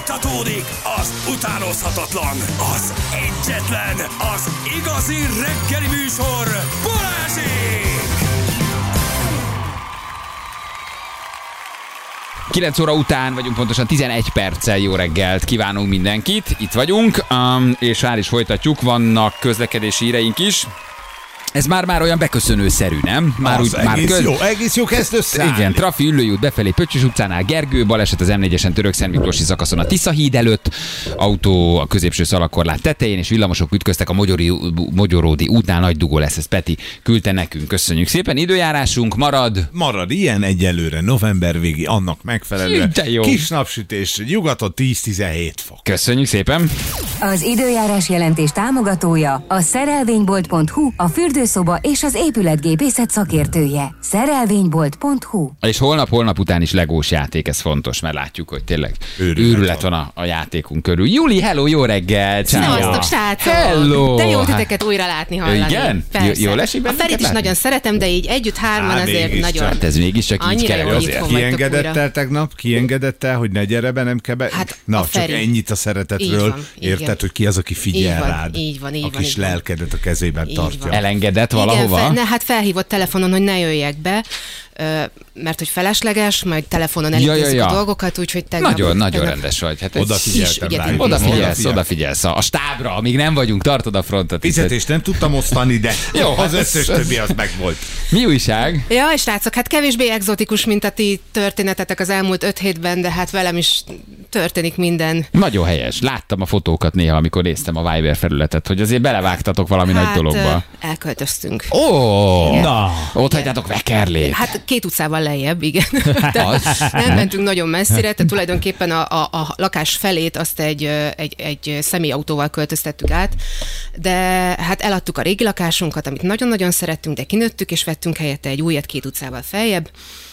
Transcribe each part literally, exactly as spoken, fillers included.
Folytatódik az utánozhatatlan, az egyetlen, az igazi reggeli műsor, Balázsék! kilenc óra után vagyunk, pontosan tizenegy perccel. Jó reggelt kívánunk mindenkit, itt vagyunk, um, és már is folytatjuk, vannak közlekedési híreink is. Ez már-már olyan beköszönőszerű, nem? Már az úgy, már egész köz... jó, egész jó kezd összeállni. Igen, Trafi Üllőút befelé Pöttyös utcánál, Gergő, baleset az em négyesen Törökszent Miklósi szakaszon a Tisza híd előtt, autó a középső szalagkorlát tetején, és villamosok ütköztek a Magyori, Magyaródi útnál, nagy dugó lesz, ezt Peti küldte nekünk. Köszönjük szépen, időjárásunk marad. Marad ilyen egyelőre, november végi, annak megfelelően. Kis napsütés, nyugaton tíz-tizenhét fok. Köszönjük szépen. Az időjárás jelentés támogatója a szerelvénybolt pont hu, a fürdőszoba és az épületgépészet szakértője. szerelvénybolt pont hu. És holnap-holnap után is legós játék, ez fontos, mert látjuk, hogy tényleg őrület, őrület van a, a játékunk körül. Júli, hello, jó reggel! Sziasztok, srácok! Hello! De jó titeket újra látni, hallani. Igen? Persze. Jól esik a Ferit is látni? nagyon szeretem, de így együtt hárman Há, azért nagyon... Hát ez mégiscsak így Annyira kell jó, hogy azért. itthon vagytok Kiengedett újra. el tegnap? Kiengedett el, hogy ne gyere be, nem kell be? Hát Na, a csak Feri. ennyit a szeretetről. Így van, érted, igen. hogy ki az, aki figyel Így van, rád? így van, így a van, kis így van. lelkedet a kezében Így tartja. van. Elengedett Igen, valahova? fe, ne, hát felhívott telefonon, hogy ne jöjjek be, mert hogy felesleges, majd telefonon elintézzük ja, ja, ja. a dolgokat, úgyhogy tegnap... Nagyon, nagyon tegnap rendes vagy. Hát ez- Odafigyeltem Is rá. ügyet Odafigyelsz, odafigyelsz. A stábra, amíg nem vagyunk, tartod a frontot. Fizetést nem tudtam osztani, de Jó, jó, az hát összes ez- többi az meg volt. Mi újság? Ja, és srácok, hát kevésbé egzotikus, mint a ti történetetek az elmúlt öt hétben, de hát velem is történik minden. Nagyon helyes. Láttam a fotókat néha, amikor néztem a Viber felületet, hogy azért belevágtatok valami hát, nagy dologba. ö, elköltöztünk. Ó, Na. ott hagyjátok Vekerlét. Hát két utcával lejjebb, igen. De Az. nem mentünk nagyon messzire, tehát tulajdonképpen a, a, a lakás felét azt egy, ö, egy, egy személyautóval költöztettük át, de hát eladtuk a régi lakásunkat, amit nagyon-nagyon szerettünk, de kinőttük, és vettünk helyette egy újat két utcával feljebb.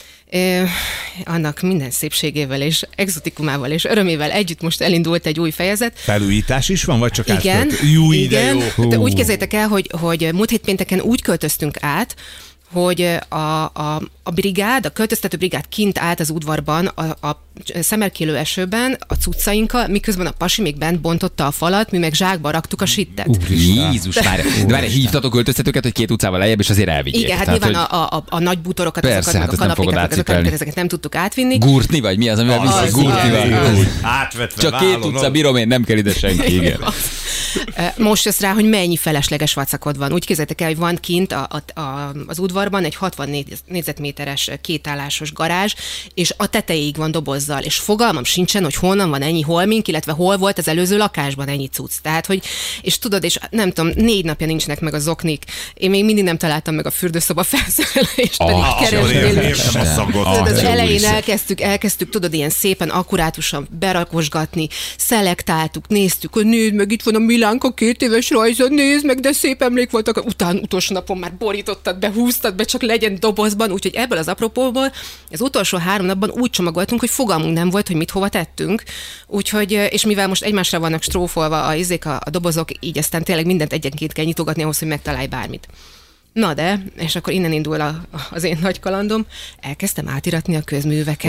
Ö, annak minden szépségével és exotikumával és örömével együtt most elindult egy új fejezet. Felújítás is van, vagy csak Igen, átkölt? Jó, ide igen. jó. De úgy képzeljétek el, hogy, hogy múlt hét pénteken úgy költöztünk át, hogy a, a, a brigád, a költöztető brigád kint állt az udvarban a, a szemerkélő esőben a cuccainkkal, miközben a pasi még bent bontotta a falat, mi meg zsákba raktuk a sittet. Jézus már. De várj, hívtatok költöztetőket, hogy két utcával lejjebb, és azért elvigyék. Igen, hát Tehát, nyilván hogy a, a, a nagy bútorokat, Persze, azokat, hát meg a azt nem fogod kanapikat, azokat, átcipelni. ezeket nem tudtuk átvinni. Gurtni vagy? Mi az, amivel Az, viszont gurtnival? igen, az. Úgy, átvetve Csak két vállon, utca bírom én, nem kell ide senki. Igen. Most jössz rá, hogy mennyi felesleges vacakod van. Úgy képzeljétek el, hogy van kint a, a, a, az udvarban egy hatvan négyzetméteres kétállásos garázs, és a tetejéig van dobozzal, és fogalmam sincsen, hogy honnan van ennyi holmink, illetve hol volt az előző lakásban ennyi cucc. Tehát, hogy, és tudod, és nem tudom, négy napja nincsnek meg a zoknik. Én még mindig nem találtam meg a fürdőszoba felszerelést, pedig Ah, keresgélünk. értem a szagot. Tudod, az Atya elején úristen. elkezdtük, elkezdtük, tudod, ilyen szépen, akkurátusan berakosgatni, szelektáltuk, néztük, hogy nézd meg, itt van a Milánka két éves rajza, nézd meg, de szép emlék voltak. Után utolsó napon már borítottad be, húztad be, csak legyen dobozban, úgyhogy ebből az apropóból az utolsó három napban úgy csomagoltunk, hogy fogalmunk nem volt, hogy mit hova tettünk. Úgyhogy, és mivel most egymásra vannak strófolva a, izék, a, a dobozok, így aztán tényleg mindent egyenként kell nyitogatni ahhoz, hogy megtalálj bármit. Na de, és akkor innen indul a, az én nagy kalandom, elkezdtem átiratni a közműveket.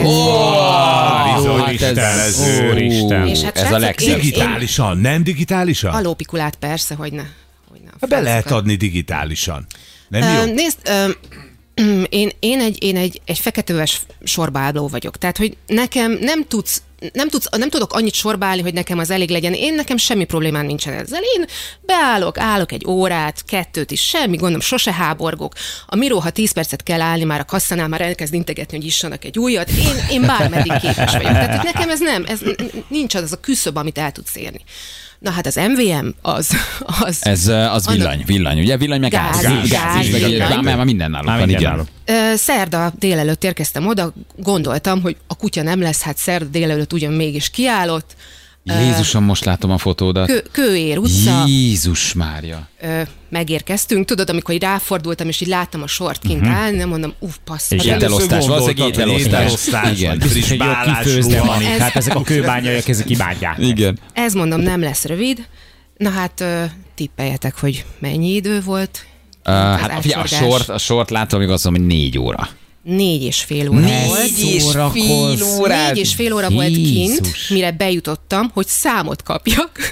Bizony, hát Isten, ez- ez Ó, úristen. És hát ez a srácok, legszebb. én- Digitálisan, nem digitálisan? A lópikulát persze, hogy ne. Hogy ne a Be lehet francokat. adni digitálisan. Nem Ö, jó? Nézd, ö, én, én, egy, én egy, egy feketeöves sorbáló vagyok. Tehát, hogy nekem nem tudsz, nem, tudsz, nem tudok annyit sorbálni, hogy nekem az elég legyen. Én nekem semmi problémám nincsen ezzel. Én beállok, állok egy órát, kettőt is, semmi gondom, sose háborgok. A Miró, ha tíz percet kell állni, már a kasszánál már elkezd integetni, hogy issanak egy újat. Én, én bármeddig képes vagyok. Tehát, hogy nekem ez nem, ez nincs az a küszöb, amit el tudsz érni. Na hát az em vé em az... az Ez uh, az villany, Annak- villany, ugye? Villany meg Gáz, gáz. gáz, Gáz is, gáz, meg igen. már, már minden náluk Már van, minden igen. náluk. Ö, Szerda délelőtt érkeztem oda, gondoltam, hogy a kutya nem lesz, hát szerda délelőtt ugyan mégis kiállott. Jézusom, most látom a fotódat. Kő, Kőér utca, Jézus Mária. ö, megérkeztünk. Tudod, amikor így ráfordultam, és így láttam a sort kint uh-huh. állni, nem mondom, uff, passz. És meg- ételosztás, valószínűleg gondoltad, hogy ételosztás. ételosztás Igen. vagy. Biztos, Friss hogy jó bálás, kifőzde ruha. van itt. Ez- Hát ezek a kőbányaiak, ezek imádják. Igen. Ez mondom, nem lesz rövid. Na hát ö, tippeljetek, hogy mennyi idő volt. Uh, Az hát figyelj, a átsorgás. sort, a sort látom, még azt mondom, hogy négy óra. Négy és fél óra Négy volt. és fél órát. Négy és fél óra volt kint, mire bejutottam, hogy számot kapjak.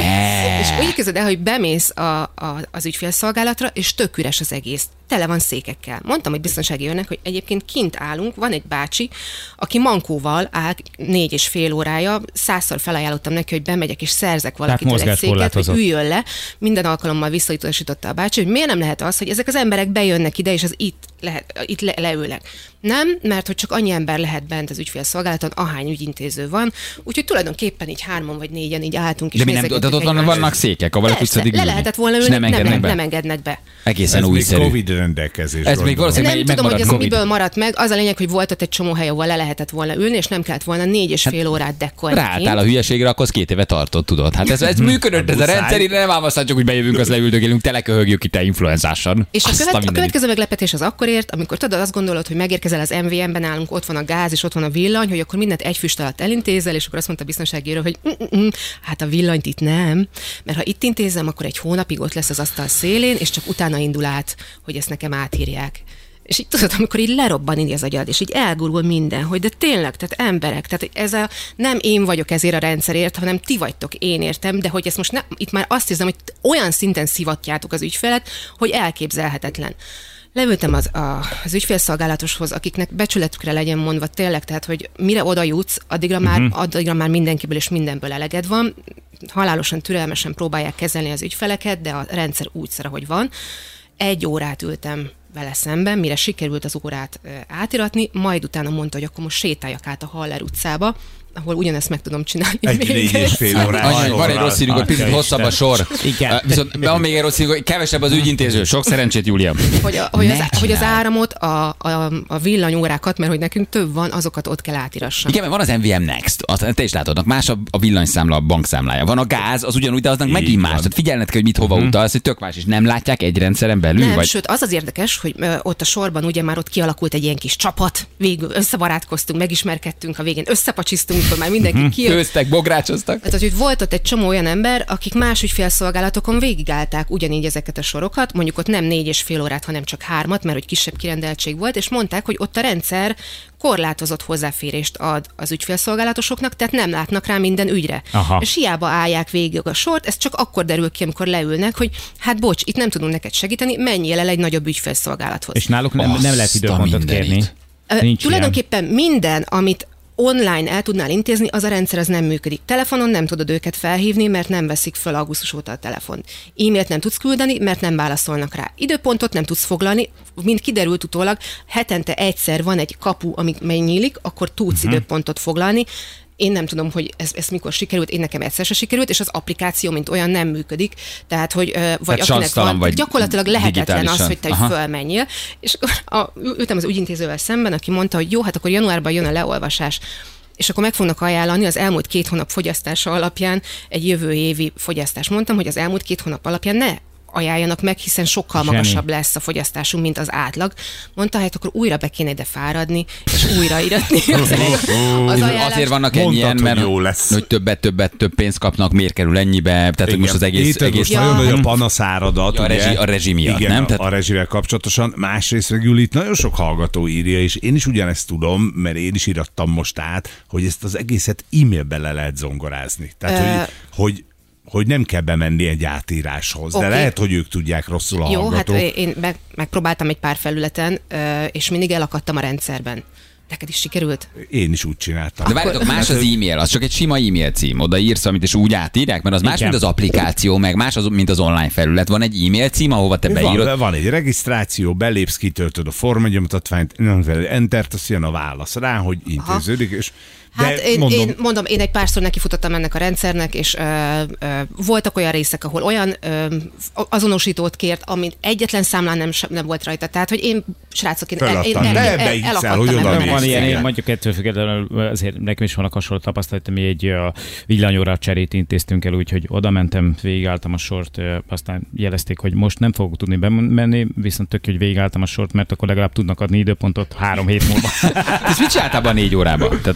Ne. És úgy kezded el, hogy bemész a, a, az ügyfélszolgálatra, és tök üres az egész. Tele van székekkel. Mondtam, hogy biztonsági őrnek, hogy egyébként kint állunk, van egy bácsi, aki mankóval áll négy és fél órája, százszor felajánlottam neki, hogy bemegyek és szerzek valakitől egy széket, hogy üljön le. Minden alkalommal visszautasította a bácsi, hogy miért nem lehet az, hogy ezek az emberek bejönnek ide, és az itt, lehet, itt le, leülnek. Nem, mert hogy csak annyi ember lehet bent az ügyfélszolgálaton, ahány ügyintéző van, úgyhogy tulajdonképpen így hárman vagy négyen így álltunk. És de mi nem, de ott van, vannak székek, ahol tudsz addig le lehetett volna ülni, nem, nem, nem engednek be. Egészen újszerű. rendelkezés. Ez még valószínűleg nem tudom, hogy ez COVID. Miből maradt meg. Az a lényeg, hogy volt ott egy csomó hely, ahol le lehetett volna ülni, és nem kellett volna négy és fél órát dekkolni. Ráálltál a hülyeségre, akkor az két éve tartott, tudod. Hát ez, ez működött, ez a rendszer, ide nem állvaszthatjuk, hogy bejövünk, az leüldögélünk, teleköhögjük itt influenzáson. És a, követ, a következő meglepetés az akkor ért, amikor tudod, azt gondolod, hogy megérkezel az em vé em-ben állunk, ott van a gáz, és ott van a villany, hogy akkor mindent egy füst alatt elintézel, és akkor azt mondta a biztonsági őr, hogy hát a villanyt itt nem, mert ha itt intézem, akkor egy hónapig ott lesz az asztal szélén, és csak utána indul át, hogy ezt nekem átírják. És így tudod, amikor így lerobban így az agyad, és így elgurul minden, hogy de tényleg, tehát emberek, tehát ez a, nem én vagyok ezért a rendszerért, hanem ti vagytok, én értem, de hogy ezt most ne, itt már azt hiszem, hogy olyan szinten szivatjátok az ügyfelet, hogy elképzelhetetlen. Leültem az, a, az ügyfélszolgálatoshoz, akiknek becsületükre legyen mondva tényleg, tehát hogy mire oda jutsz, addigra már, uh-huh. addigra már mindenkiből és mindenből eleged van. Halálosan türelmesen próbálják kezelni az ügyfeleket, de a rendszer úgy szar, ahogy van. Egy órát ültem vele szemben, mire sikerült az órát átiratni, majd utána mondta, hogy akkor most sétáljak át a Haller utcába, ahol ugyanezt meg tudom csinálni. Egy négy és fél órás. Van egy rossz hírünk, hogy picit hosszabb a sor. Igen. Viszont van még egy rossz hírünk, hogy kevesebb az ügyintéző. Sok szerencsét, Júlia. Hogy, a, hogy, az, hogy az áramot, a, a, a villanyórákat, mert hogy nekünk több van, azokat ott kell átirassam. Igen, mert van az em vé em Next, azt te is látod, más a, a villanyszámla, a bankszámlája. Van a gáz, az ugyanúgy, de aznak megint más. Tehát figyelned kell, hogy mit hova uh-huh. utalsz, hogy tök más, és nem látják egy rendszeren belül. Nem, vagy... sőt, az az érdekes, hogy ö, ott a sorban ugye már ott kialakult egy ilyen kis csapat, végül összebarátkoztunk, megismerkedtünk, a végén összepacsisztunk, akkor már mindenki uh-huh. Főztek, bográcsoztak. Tehát, hogy volt ott egy csomó olyan ember, akik más ügyfélszolgálatokon végigállták ugyanígy ezeket a sorokat, mondjuk ott nem négy és fél órát, hanem csak hármat, mert hogy kisebb kirendeltség volt, és mondták, hogy ott a rendszer korlátozott hozzáférést ad az ügyfélszolgálatosoknak, tehát nem látnak rá minden ügyre. Aha. És hiába állják végig a sort, ez csak akkor derül ki, amikor leülnek, hogy hát bocs, itt nem tudunk neked segíteni, menjél el egy nagyobb ügyfélszolgálathoz. És náluk nem, nem lehet időpontot kérni. Uh, tulajdonképpen ilyen. Minden, amit online el tudnál intézni, az a rendszer az nem működik. Telefonon nem tudod őket felhívni, mert nem veszik fel augusztus óta a telefont. E-mailt nem tudsz küldeni, mert nem válaszolnak rá. Időpontot nem tudsz foglalni, mint kiderült utólag, hetente egyszer van egy kapu, ami nyílik, akkor tudsz uh-huh. időpontot foglalni. Én nem tudom, hogy ez, ez mikor sikerült, én nekem egyszer se sikerült, és az applikáció, mint olyan nem működik. Tehát, hogy vagy tehát akinek van, vagy gyakorlatilag lehetetlen az, hogy te fölmenjél. És akkor a, ültem az ügyintézővel szemben, aki mondta, hogy jó, hát akkor januárban jön a leolvasás. És akkor meg fognak ajánlani az elmúlt két hónap fogyasztása alapján egy jövő évi fogyasztást. Mondtam, hogy az elmúlt két hónap alapján ne ajánljanak meg, hiszen sokkal Zseni. magasabb lesz a fogyasztásunk, mint az átlag. Mondta, hát akkor újra be kéne ide fáradni, és újra iratni az, az ajánlást. Azért vannak ennyien, mert jó lesz. hogy többet, többet, több pénzt kapnak, miért kerül ennyibe, tehát hogy most az egész... Itt egész most ja. nagyon nagy a panaszáradat. Ja, a, rezsi, a rezsi miatt, igen, nem? Tehát... a rezsivel kapcsolatosan. Másrészt végül itt nagyon sok hallgató írja, és én is ugyanezt tudom, mert én is irattam most át, hogy ezt az egészet e-mailbe le lehet zongorázni. Tehát, uh... hogy, hogy hogy nem kell bemenni egy átíráshoz, okay. de lehet, hogy ők tudják rosszul a Jó, hallgatók. hát én meg, megpróbáltam egy pár felületen, és mindig elakadtam a rendszerben. Neked is sikerült? Én is úgy csináltam. De várjátok, más az e-mail, az csak egy sima e-mail cím. Oda írsz, amit és úgy átírják, mert az más, mint az applikáció, meg más, az, mint az online felület. Van egy e-mail cím, ahova te beírod. Van, van egy regisztráció, belépsz, kitöltöd a formagyomtatványt, entert, azt jön a válasz rá, hogy intéződik, és de hát én, mondom, én mondom, én egy párszor nekifutottam ennek a rendszernek, és ö, ö, voltak olyan részek, ahol olyan ö, azonosítót kért, amit egyetlen számlán nem, nem volt rajta. Tehát, hogy én, srácok, én, el, én el, el, el, elakadtam ebben. Van ilyen, én mondjuk ettől függetlenül, azért nekem is vannak hasonló tapasztalatom, mi egy uh, villanyóra cserét intéztünk el, úgyhogy oda mentem, végigálltam a sort, uh, aztán jelezték, hogy most nem fogok tudni bemenni, viszont tök, hogy végigálltam a sort, mert akkor legalább tudnak adni időpontot három hét múlva. Ez mit csináltál a négy órában? Tehát azért a négy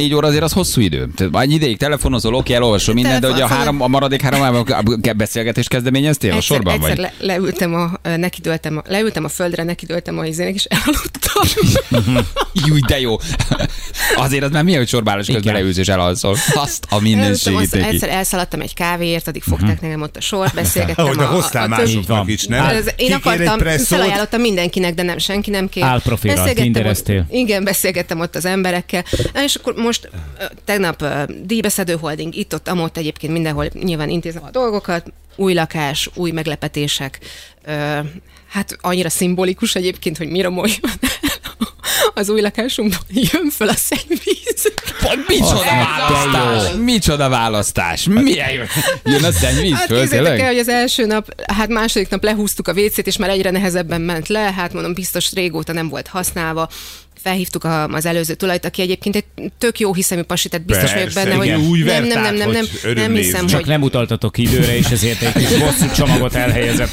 négy óra azért az hosszú idő. Annyi ideig telefonozol, oké, elolvasol mindent, de hogy a, három, a maradék három beszélgetést kezdeményeztél a sorban? Egyszer vagy? Le, leültem, a, nekidőltem, a, leültem a földre, nekidőltem a izének, és elaludtam. Júj, de jó. Azért az már milyen, hogy sorbálás közben leülsz és elalszol. Azt a mindenségét neki. Egyszer elszaladtam egy kávéért, addig fogták uh-huh. nekem ott a sort, beszélgettem. Ahogy a, hoztál a, másoknak is, nem? Az, én akartam, felajánlottam mindenkinek, de nem, senki nem kér. Álprofilra, tindereztél. Igen, beszélgettem ott az emberekkel. És akkor most tegnap díjbeszedő holding, itt-ott, amott egyébként mindenhol nyilván intézem a dolgokat, új lakás, új meglepetések. Hát annyira szimbolikus egyébként, hogy mire most az új lakásunkban jön föl a szennyvíz. Micsoda választás! Micsoda választás! Milyen jön? Jön a szennyvíz hát föl, tényleg? El, hogy az első nap, hát második nap lehúztuk a vécét, és már egyre nehezebben ment le, hát mondom, biztos régóta nem volt használva. Felhívtuk a, az előző tulajt, aki egyébként egy tök jó hiszemű pasi, tehát biztos vagyok benne, hogy úgy nem, nem, nem, nem, nem, nem hiszem, Csak hogy... nem utaltatok időre, és ezért egy kis bosszú csomagot elhelyezett.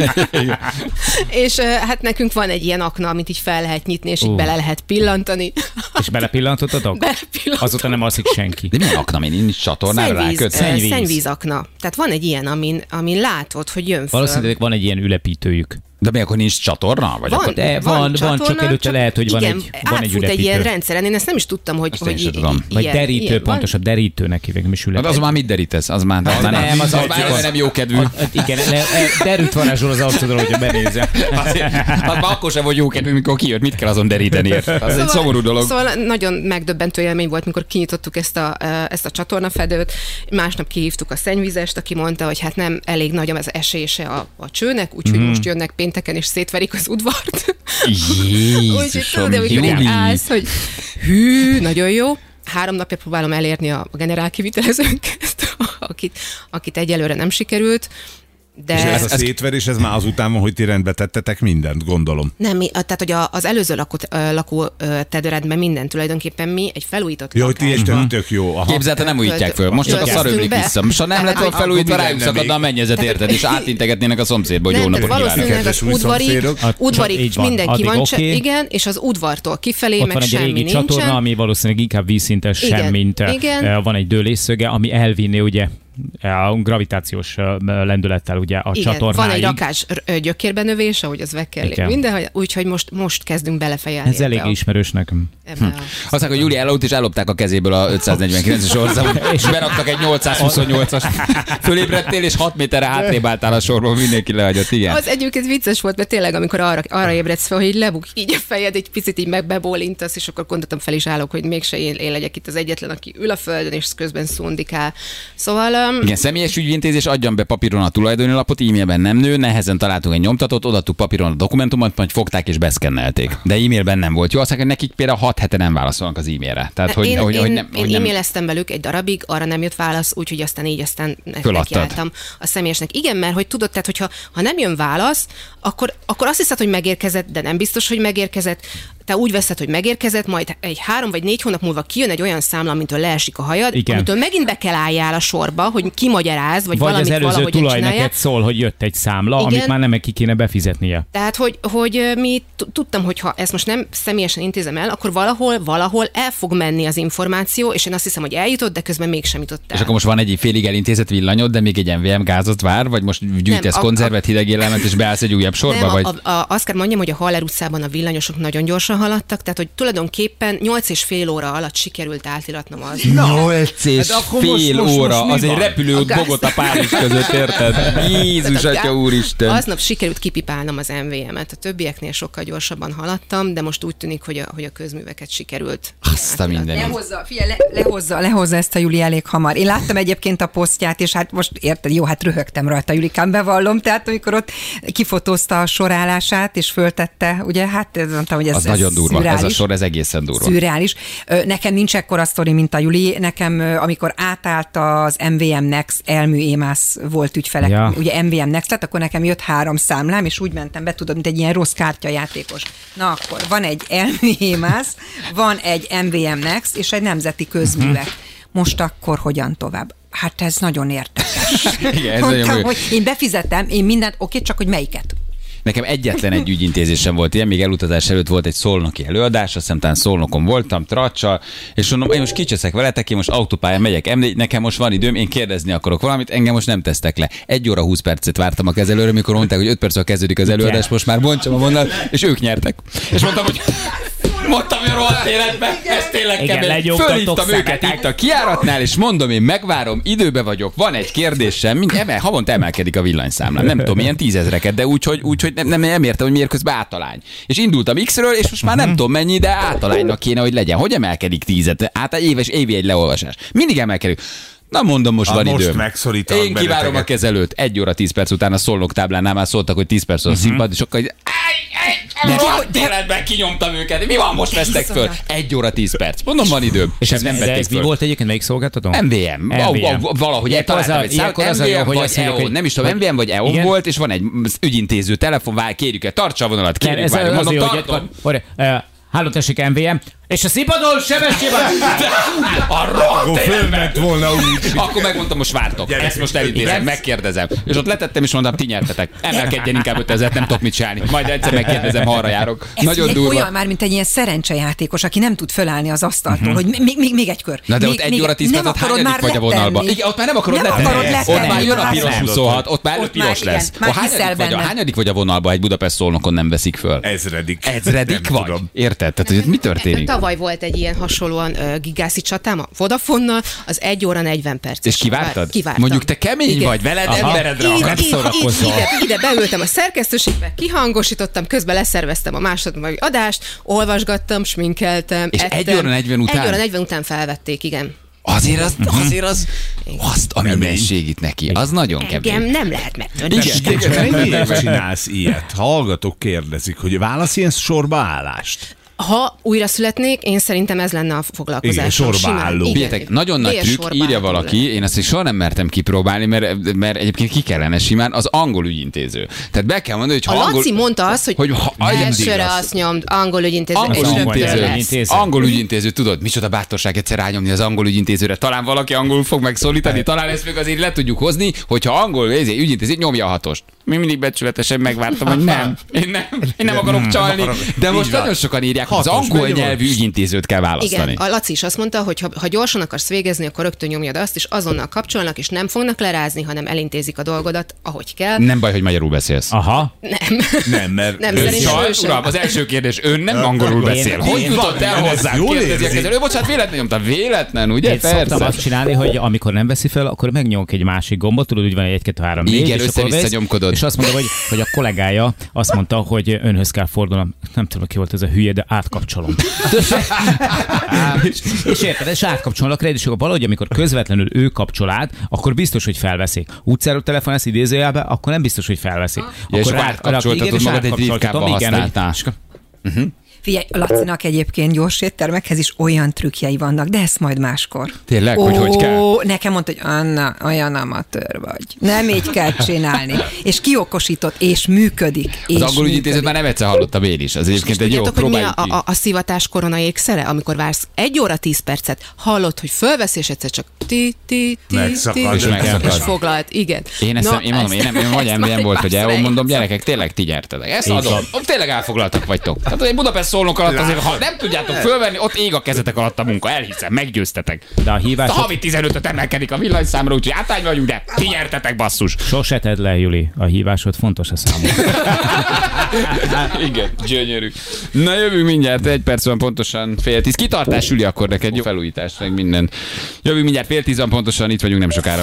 És hát nekünk van egy ilyen akna, amit így fel lehet nyitni, és uh. így bele lehet pillantani. És belepillantottatok? Belepillantott. Azóta nem alszik senki. De milyen akna, én nincs csatornára ráköt? Szennyvíz. Szennyvíz akna. Tehát van egy ilyen, amin, amin látod, hogy jön föl. Valószínűleg van egy ilyen ülepítőjük. De mi akkor nincs csatorna? Vagy van, akkor... De van, van, csatorna, van, csak előtte csak lehet, hogy van igen, egy, van egy ülepítő. egy ilyen rendszeren, én ezt nem is tudtam, hogy... Azt hogy én tudom. Vagy ilyen, derítő, ilyen, pontosabb van? Derítőnek hívják, nem is ülepítő. Az már mit derítesz? Az már, az nem, nem, az, az, az, az, az nem jó kedvű. Igen, derült varázsol az arcodról, hogyha benézel. Az már akkor sem volt jó kedvű, mikor kijött, mit kell azon deríteni. Az szóval, egy szomorú dolog. Szóval nagyon megdöbbentő élmény volt, mikor kinyitottuk ezt a, ezt a csatornafedőt. Másnap kihívtuk a szennyvizest, aki mondta, hogy hát nem elég nagy az esése a, a csőnek, úgyhogy mm. most jönnek pénteken és szétverik az udvart. Jézusom, Úgyhogy tudod, állsz, hogy hű, nagyon jó. Három napja próbálom elérni a generál kivitelezőnket, akit, akit egyelőre nem sikerült. De és ez a szétverés, ez már azután van, hogy ti rendbe tettetek mindent, gondolom. Nem, mi, tehát hogy az előző lakó, lakó tedőrendben minden tulajdonképpen mi egy felújított jó, lakás. Jó, ti este tök jó. Képzelte, nem újítják föl. Most csak a szar ömlik vissza. Most ha nem lett volna felújítva, rájuk szakadna a mennyezet, érted, és átintegetnének a szomszédba, hogy jó napot kívánok. Valószínűleg az udvarig, udvarig mindenki van, igen, és az udvartól kifelé meg semmi nincsen. Ott van egy régi csatorna, ami valószínűleg inkább vízszintes sem, mint van egy dőlésszöge, ami elvinné ugye a gravitációs lendülettel ugye a igen, csatornáig. Van egy rakás gyökérbenövés, ahogy az vekkerli minden, úgyhogy most, most kezdünk belefejelni. Ez elég ismerős nekem. Hm. Azt mondják, hogy Júli elaludt, és ellopták a kezéből a ötszáznegyvenkilences országban, és beraktak egy nyolcszázhuszonnyolcas. Fölébredtél, és hat méterre hátrébb álltál a sorból, mindenki lehagyott, igen. Az egyébként vicces volt, mert tényleg, amikor arra, arra ébredsz fel, hogy így lebuk, így a fejed, egy picit így megbebólintasz, és akkor gondoltam, fel is állok, hogy mégse én, én legyek itt az egyetlen, aki ül a földön, és közben szundikál. Szóval igen, személyes ügyintézés, adjam be papíron a tulajdoni lapot, e-mailben nem nő, nehezen találtunk egy nyomtatót, odaadtuk papíron a dokumentumot, majd fogták és beszkennelték. De e-mailben nem volt jó, azt mondják, hogy nekik például hat hete nem válaszolnak az e-mailre. Tehát, hogy, én, hogy, én, hogy nem, én hogy nem... e-maileztem velük egy darabig, arra nem jött válasz, úgyhogy aztán így aztán nekiálltam a személyesnek. Igen, mert hogy tudod, tehát hogyha ha nem jön válasz, akkor, akkor azt hiszed, hogy megérkezett, de nem biztos, hogy megérkezett. Te úgy veszed, hogy megérkezett, majd egy három vagy négy hónap múlva kijön egy olyan számla, amintől leesik a hajad, igen. Amitől megint be kell álljál a sorba, hogy kimagyaráz, vagy, vagy valamit valahogy csinálják. Vagy az előző tulaj neked szól, hogy jött egy számla, igen. Amit már nem ki kéne befizetnie. Tehát, hogy, hogy mi tudtam, hogy ha ezt most nem személyesen intézem el, akkor valahol, valahol el fog menni az információ, és én azt hiszem, hogy eljutott, de közben mégsem jutott el. És akkor most van egy félig elintézett villanyod, de még egy em vé em gázot vár, vagy most gyűjtesz nem, konzervet, a, hideg élelmet, és beállsz egy újabb sorba? Nem, vagy? A, a, azt kell mondjam, hogy a Haller utcában a villanyosok nagyon gyorsan haladtak, tehát hogy tulajdonképpen nyolc és fél óra alatt sikerült átiratnom az. nyolc és fél óra, az egy repülőút Bogota Párizs között, érted? Jézus Atya úristen! Aznap sikerült kipipálnom az em vé em-et, a többieknél sokkal gyorsabban haladtam, de most úgy tűnik, hogy a, hogy a közműveket sikerült. Azt a minden. Lehozza, figyelj, le, lehozza, lehozza ezt a Júli elég hamar. Én láttam egyébként a posztját, és hát most érted, jó, hát röhögtem rajta, Julikám, bevallom, tehát amikor ott kifotózta a sorállását, és föltette, ugye, hát mondtam, hogy ez, az ez nagyon durva, szürreális. ez a sor, ez egészen durva. Szürreális. Nekem nincs ekkora sztori, mint a Juli. Nekem, amikor átállt az em vé em Next, Elmű Émász volt ügyfelek, ja. Ugye em vé em Next lett, akkor nekem jött három számlám, és úgy mentem be, tudod, mint egy ilyen rossz kártyajátékos. Na akkor van egy Elmű Émász, van egy em vé em Next, és egy nemzeti közművek. Uh-huh. Most akkor hogyan tovább? Hát ez nagyon érdekes. Igen, ez Mondtam, nagyon hogy én befizetem, én mindent, oké, csak hogy melyiket. Nekem egyetlen egy ügyintézésem volt ilyen, még elutazás előtt volt egy szolnoki előadás, azt hiszem talán Szolnokon voltam, Tracsal, és mondom, én most kicseszek veletek, én most autópályán megyek, em négy, nekem most van időm, én kérdezni akarok valamit, engem most nem tesztek le. Egy óra húsz percet vártam a kezelőre, mikor mondták, hogy öt perccel kezdődik az előadás, most már bontsam a vonalat, és ők nyertek. És mondtam, hogy mondtam, hogy rohadt életben, ez tényleg kemény. Fölhívtam őket itt a kijáratnál, és mondom, én megvárom, időbe vagyok, van egy kérdésem, mind emel, havonta emelkedik a villanyszámlám. Nem tudom, milyen tízezreket, de úgy, hogy, úgy, hogy nem, nem, nem értem, hogy miért közben átalány. És indultam X-ről, és most már nem tudom mennyi, de átalánynak kéne, hogy legyen. Hogy emelkedik tízet? Hát éves, évi egy leolvasás. Mindig emelkedik. Na mondom, most van most időm. Én kivárom a kezelőt. Egy óra tíz perc után a Szolnok táblánál már szóltak, hogy tíz perc a színpad, és sokkal életben kinyomtam őket. Mi van, most vesztek föl? Egy óra tíz perc. Mondom, van időm. És ez nem vették föl. Mi volt egyébként, melyik szolgáltató? em vé em. Valahogy eltaláltam egy számot. em vé em vagy e o n. Nem is tudom, em vé em vagy e o n volt, és van egy ügyintéző telefon, vár, kérjük el, tartsa a vonalat, kérjük, várjuk. Mondom, tartom. Háló, tessék, em vé em. És a színpadon sebességben... A rohadt fölment volna úgy. Akkor megmondtam, most vártok. Gyere, ezt most elintézem, megkérdezem. És ott letettem, és mondtam, ti nyertetek. Emelkedjen inkább ötezret, nem tudok mit csinálni. Majd egyszer megkérdezem, ha arra járok. Ez nagyon durva. Olyan már, mint egy ilyen szerencsejátékos, aki nem tud fölállni az asztaltól, hogy még, még, még egy kör. Na de ott egy óra tíz perc, ott hányadik vagy a vonalba? Igen, ott már nem akarod letenni. Ott már jön a piros huszonhat, ott már piros lesz. A hányadik vagy a vonalba, egy Budapest Szolnokon nem veszik föl? Ezredik. Ezredik vagy? Érted? Tehát, hogy mi történik? Tavaly volt egy ilyen hasonlóan uh, gigászi csatám a Vodafonnal, az egy óra negyven perc. És kivártad? Kivártam. Mondjuk te kemény igen. vagy, veled emberedre akarsz szórakozni. Ide, ide beültem a szerkesztőségbe, kihangosítottam, közben leszerveztem a második adást, olvasgattam, sminkeltem, és ettem. egy óra negyven után? Egy óra negyven után felvették, igen. Azért az, azért az, azt a mindenség itt neki, az nagyon kemény. Engem nem lehet megtudni. Igen, miért csinálsz ilyet? Hallgatók kérdezik, hogy válasz ilyen sorba állást. Ha újra születnék, én szerintem ez lenne a foglalkozás. Igen, sorba álló. Figyeljetek, nagyon nagy trükk, írja valaki, én azt is soha nem mertem kipróbálni, mert, mert egyébként ki kellene simán, az angol ügyintéző. Tehát be kell mondani, hogy ha a angol... Laci mondta azt, hogy, hogy ha, elsőre azt nyomd, angol ügyintéző, angol és ügyintéző, ügyintéző. Angol ügyintéző, tudod, micsoda bátorság egyszer rányomni az angol ügyintézőre. Talán valaki angolul fog megszólítani, talán ezt még azért le tudjuk hozni, hogyha angol ügyintéző, nyomja a hatost. Mi mindig becsületesen megvártam, hogy nem, én nem, én nem akarok csalni, de most nagyon sokan írják, hogy az angol nyelvű ügyintézőt kell választani. Igen, a Laci is azt mondta, hogy ha, ha gyorsan akarsz végezni, akkor rögtön nyomjad azt, és azonnal kapcsolnak, és nem fognak lerázni, hanem elintézik a dolgodat, ahogy kell. Nem baj, hogy magyarul beszélsz. Aha. Nem. Nem, mert nem, szerintem uram, az első kérdés, ön nem angolul beszél. Hogy jutott el hozzám? Kérdezi a kezelő. Bocsánat, véletlen nyomtam. Véletlen, ugye? Én szoktam azt csinálni, hogy amikor nem veszi fel, akkor megnyomok egy másik gombot, tudod, úgy van egy egy kettő három négy, igen, össze-vissza nyomkodod. És azt mondom, hogy, hogy a kollégája azt mondta, hogy önhöz kell fordulnom. Nem tudom, ki volt ez a hülye, de átkapcsolom. és, és érted, és átkapcsolnak rá, és valahogy, amikor közvetlenül ő kapcsol át, akkor biztos, hogy felveszik. Utcáról telefonálsz idézőjelbe, akkor nem biztos, hogy felveszik. Ja, és átkapcsoltatod magad egy ritkába használtál. Uh-huh. Figyelj, Lacinak egyébként gyors éttermekhez is olyan trükkjei vannak, de ezt majd máskor. Tényleg, hogy hogy kell? Nekem mondta, hogy Anna, olyan amatőr vagy. Nem így kell csinálni. És kiokosított, és működik. Az angol ügyintézet már nem egyszer hallottam én is. Az egyébként egy jó, próbáljuk ki. A, a, a szivatás korona ékszere, amikor vársz egy óra tíz percet, hallod, hogy fölvesz, és egyszer csak ti, ti, ti, megszakad, ti, és, és foglalt. Igen. Én ezt no, nem, én mondom, én nem, én vagy em vé em volt, hogy el, mondom, gyerekek, tényleg ti nyertetek. Ezt adom. Tényleg elfoglaltak vagytok. Tehát egy Budapest Szolnok alatt azért, ha nem tudjátok fölvenni, ott ég a kezetek alatt a munka, elhiszem, meggyőztetek. De a hívás... A havi tizenötöt emelkedik a villanyszámra, úgyhogy átány vagyunk, de ti nyertetek, basszus. Sose tedd le, Juli, a hívásod fontos a számomra. Igen, gyönyörű. Na jövünk mindjárt, egy perc van pontosan fél tíz. Kitartás, Juli, akkor neked jó felújítás, meg minden. Jövünk mindjárt fél tíz van pontosan, itt vagyunk nem sokára.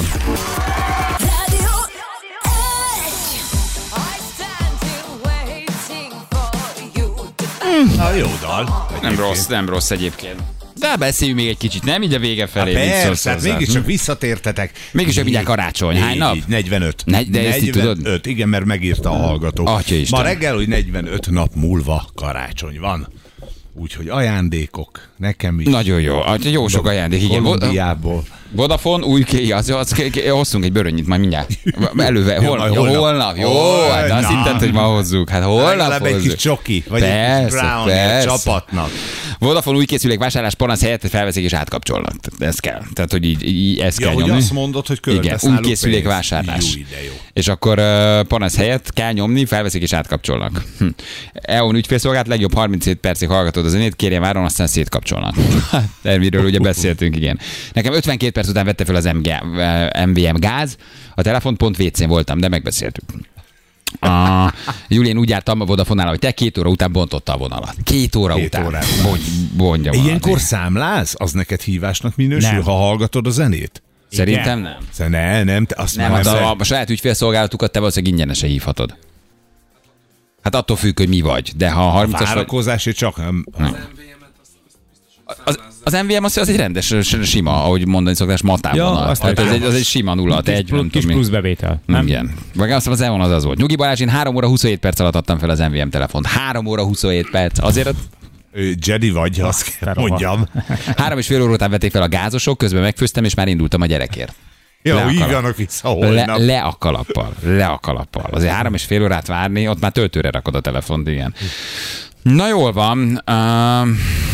Na, jó dal. Nem rossz, nem rossz egyébként. De beszéljünk még egy kicsit, nem? Így a vége felé. Hát persze, hát mégiscsak visszatértetek. Mégiscsak mindjárt karácsony. Hány nap? negyvenöt. Ne, de ezt tudod? negyvenöt, igen, mert megírta a hallgató. Atyaisten. Ma reggel, hogy negyvenöt nap múlva karácsony van. Úgyhogy ajándékok, nekem is. Nagyon jó, jó sok ajándék. Igen. Kolumbiából. Vodafone, új kéj, az, az, hozzunk egy bőrönnyit majd mindjárt. Előve, hol, holnap. Holnap. holnap. Jó, oh, hát azt hitted, hogy ma hozzuk. Hát holnap hozzuk. egy kis csoki, vagy persze, egy kis brownie a csapatnak. Vodafone új készülék vásárlás panasz helyett felveszik és átkapcsolnak. Tehát ez kell. Tehát, hogy így, így ezt Ja, kell hogy nyomni. azt mondod, hogy költesz Igen, új náluk készülék pénzt. vásárlás. Jó, de jó. És akkor uh, panasz helyett kell nyomni, felveszik és átkapcsolnak. Hm. e o en ügyfélszolgált, legjobb harminchét percig hallgatod a zenét, kérjen váron, aztán szétkapcsolnak. Erről ugye beszéltünk, igen. Nekem ötvenkét perc után vette fel az em vé em gáz, a telefon pont vécén voltam, de megbeszéltük. A Julien úgy jártam a Vodafone-nál, hogy te két óra után bontotta a vonalat. Két óra Két után. órát. Bony, bondja valami. Ilyenkor számláz? Az neked hívásnak minősül, Nem. ha hallgatod a zenét? Szerintem nem. Szerintem ne, nem, te azt Nem, már hát nem a, a saját ügyfélszolgálatukat te valószínűleg ingyenesen hívhatod. Hát attól függ, hogy mi vagy. De ha a harmincas vagy... várakozásért csak nem. Az, az em vé em az, az egy rendes, sima, ahogy mondani szoktás, matávonal. Ja, azt hát ez tudom. egy, az egy sima nulla, te egy, nem Kis tudom mi. plusz bevétel. Nem? Igen. Vagy azt hiszem az e o en az az volt. Nyugi Balázs, én három óra huszonhét perc alatt adtam fel az em vé em telefont. három óra huszonhét perc. Azért ott Ő Jedi vagy, azt kell mondjam. három és fél óra után vették fel a gázosok, közben megfőztem, és már indultam a gyerekért. Jó, Le a kalap. hívjanak vissza Le, holnap. le a kalappal. Le a kalappal. Azért három és fél órát várni, ott már töltőre rakod a telefont, igen. Na jól van. Uh,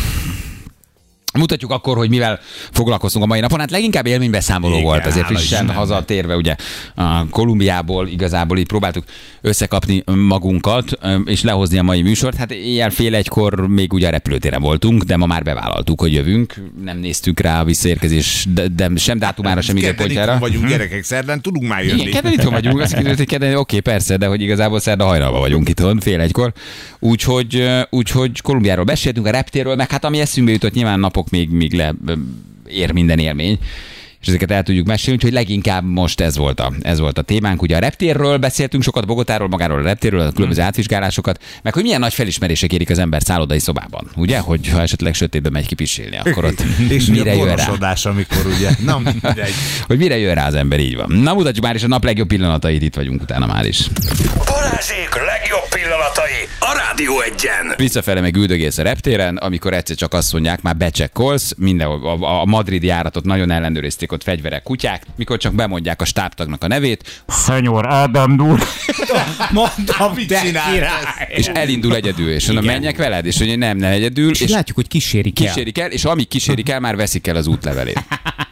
Mutatjuk akkor, hogy mivel foglalkoztunk a mai napon. Hát leginkább élménybeszámoló Igen, volt, azért hála frissen Istennek. hazatérve, ugye a Kolumbiából igazából így próbáltuk összekapni magunkat, és lehozni a mai műsort. Hát éjjel fél egykor még ugye a repülőtéren voltunk, de ma már bevállaltuk, hogy jövünk. Nem néztük rá a visszaérkezés, de, de sem dátumára, sem Kedden időpontjára. itthon vagyunk gyerekek, szerdán tudunk már jönni. Igen, kedden itthon vagyunk, azt kiderült, hogy kedden, oké, persze, de hogy igazából szerda hajnalban vagyunk itthon, fél egykor. Úgyhogy, úgyhogy Kolumbiáról beszéltünk, a reptérről, meg hát ami eszünkbe jutott, nyilván napok még, még le ér minden élmény, és ezeket el tudjuk mesélni, úgyhogy leginkább most ez volt a, ez volt a témánk. Ugye a reptérről beszéltünk sokat, Bogotáról, magáról a reptérről, a különböző átvizsgálásokat, meg hogy milyen nagy felismerések érik az ember szállodai szobában, ugye? Hogy ha esetleg sötétben megy kipisilni, akkor ott És mire a jön rá? gonoszodás, amikor ugye, na mindegy. Hogy mire jön rá az ember, így van. Na mutatjuk már is a nap legjobb pillanatait, itt vagyunk utána már is. Balázsék legjobb pillanatai a Rádió Egyen. Visszafele meg üldögélsz a reptéren, amikor egyszer csak azt mondják, már becsekkolsz, mindenhol a, a madridi járatot nagyon ellenőrizték, ott fegyverek, kutyák, mikor csak bemondják a stábtagnak a nevét, Szenyor Ádám Dur. Mondtam, mit csinálsz? és elindul egyedül, és mondom, menjek veled, és hogy nem, nem egyedül, És és látjuk, hogy kísérik el. kísérik el, és amíg kísérik el, már veszik el az útlevelét.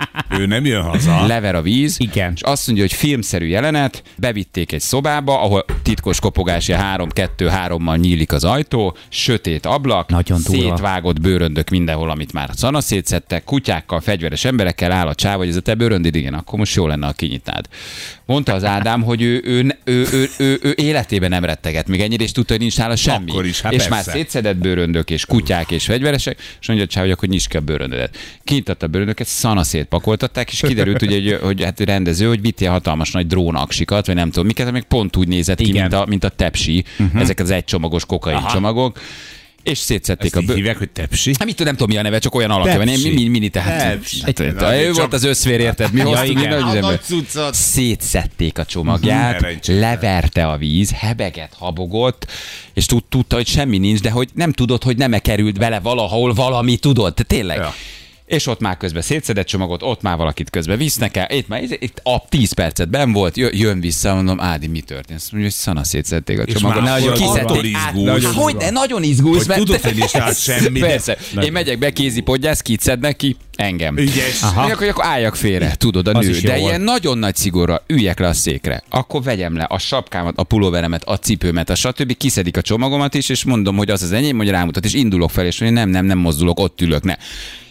Ő nem jön haza. Lever a víz, Igen. és azt mondja, hogy filmszerű jelenet, bevitték egy szobába, ahol titkos kopogásja három kettő hárommal nyílik az ajtó, sötét ablak, Nagyon durva. szétvágott bőröndök mindenhol, amit már szana szétszedtek, kutyákkal, fegyveres emberekkel áll a csáv, hogy ez a te bőröndid, igen, akkor most jó lenne, ha kinyitnád. Mondta az Ádám, hogy ő, ő, ő, ő, ő, ő életében nem retteget még ennyire, és tudta, hogy nincs nála semmi. Akkor is, hát és persze. már szétszedett bőröndök, és kutyák, és fegyveresek, és mondja a csáv, hogy akkor nyisd ki a bőröndödet. Kinyitatta a bőröndöket, szana szétpakoltatták, és kiderült, ugye, hogy, hogy hát rendező, hogy vittél hatalmas nagy drónaksikat, vagy nem tudom miket, meg pont úgy nézett ki, Igen. mint a, mint a tepsi, uh-huh. ezek az egycsomagos kokain Aha. csomagok, és szétszették Ezt a így bő... hívják, hogy tepsi? Hát mit tudom, nem tudom, mi a neve, csak olyan alakja van. Pepsi. Én mini, mini tehát. Pepsi. Hát, Egy- hát, ő csak- volt az összvér, érted? Mi Ja, hoztunk igen. minden, hogy A az ember- nagy cuccot. Szétszették a csomagját, Szerencsére. leverte a víz, hebegett, habogott, és tud, tudta, hogy semmi nincs, de hogy nem tudod, hogy nem-e került bele valahol valami, tudod? Te tényleg. Ja. És ott már közben szétszedett csomagot, ott már valakit közben visznek el, itt már itt a tíz percet benn volt, jö- jön vissza, mondom, Ádi, mi történt? Azt mondja, hogy szana szétszedték a És csomagot. már Nagyon akkor attól kiszedték át. izgulsz. Nagyon hogy, de nagyon izgulsz. Hogy mert- tudod, hogy nincs rá semmi, de- Persze. Én megyek be, kézipodgyász, kit szednek ki? Engem. Ügyes. Mondják, hogy akkor álljak félre, tudod, a Az nő. is jó De volt. ilyen nagyon nagy szigorra üljek le a székre. Akkor vegyem le a sapkámat, a pulóveremet, a cipőmet, a stb. Kiszedik a csomagomat is, és mondom, hogy az az enyém, hogy rámutat, és indulok fel, és mondja, nem, nem, nem mozdulok, ott ülök, ne.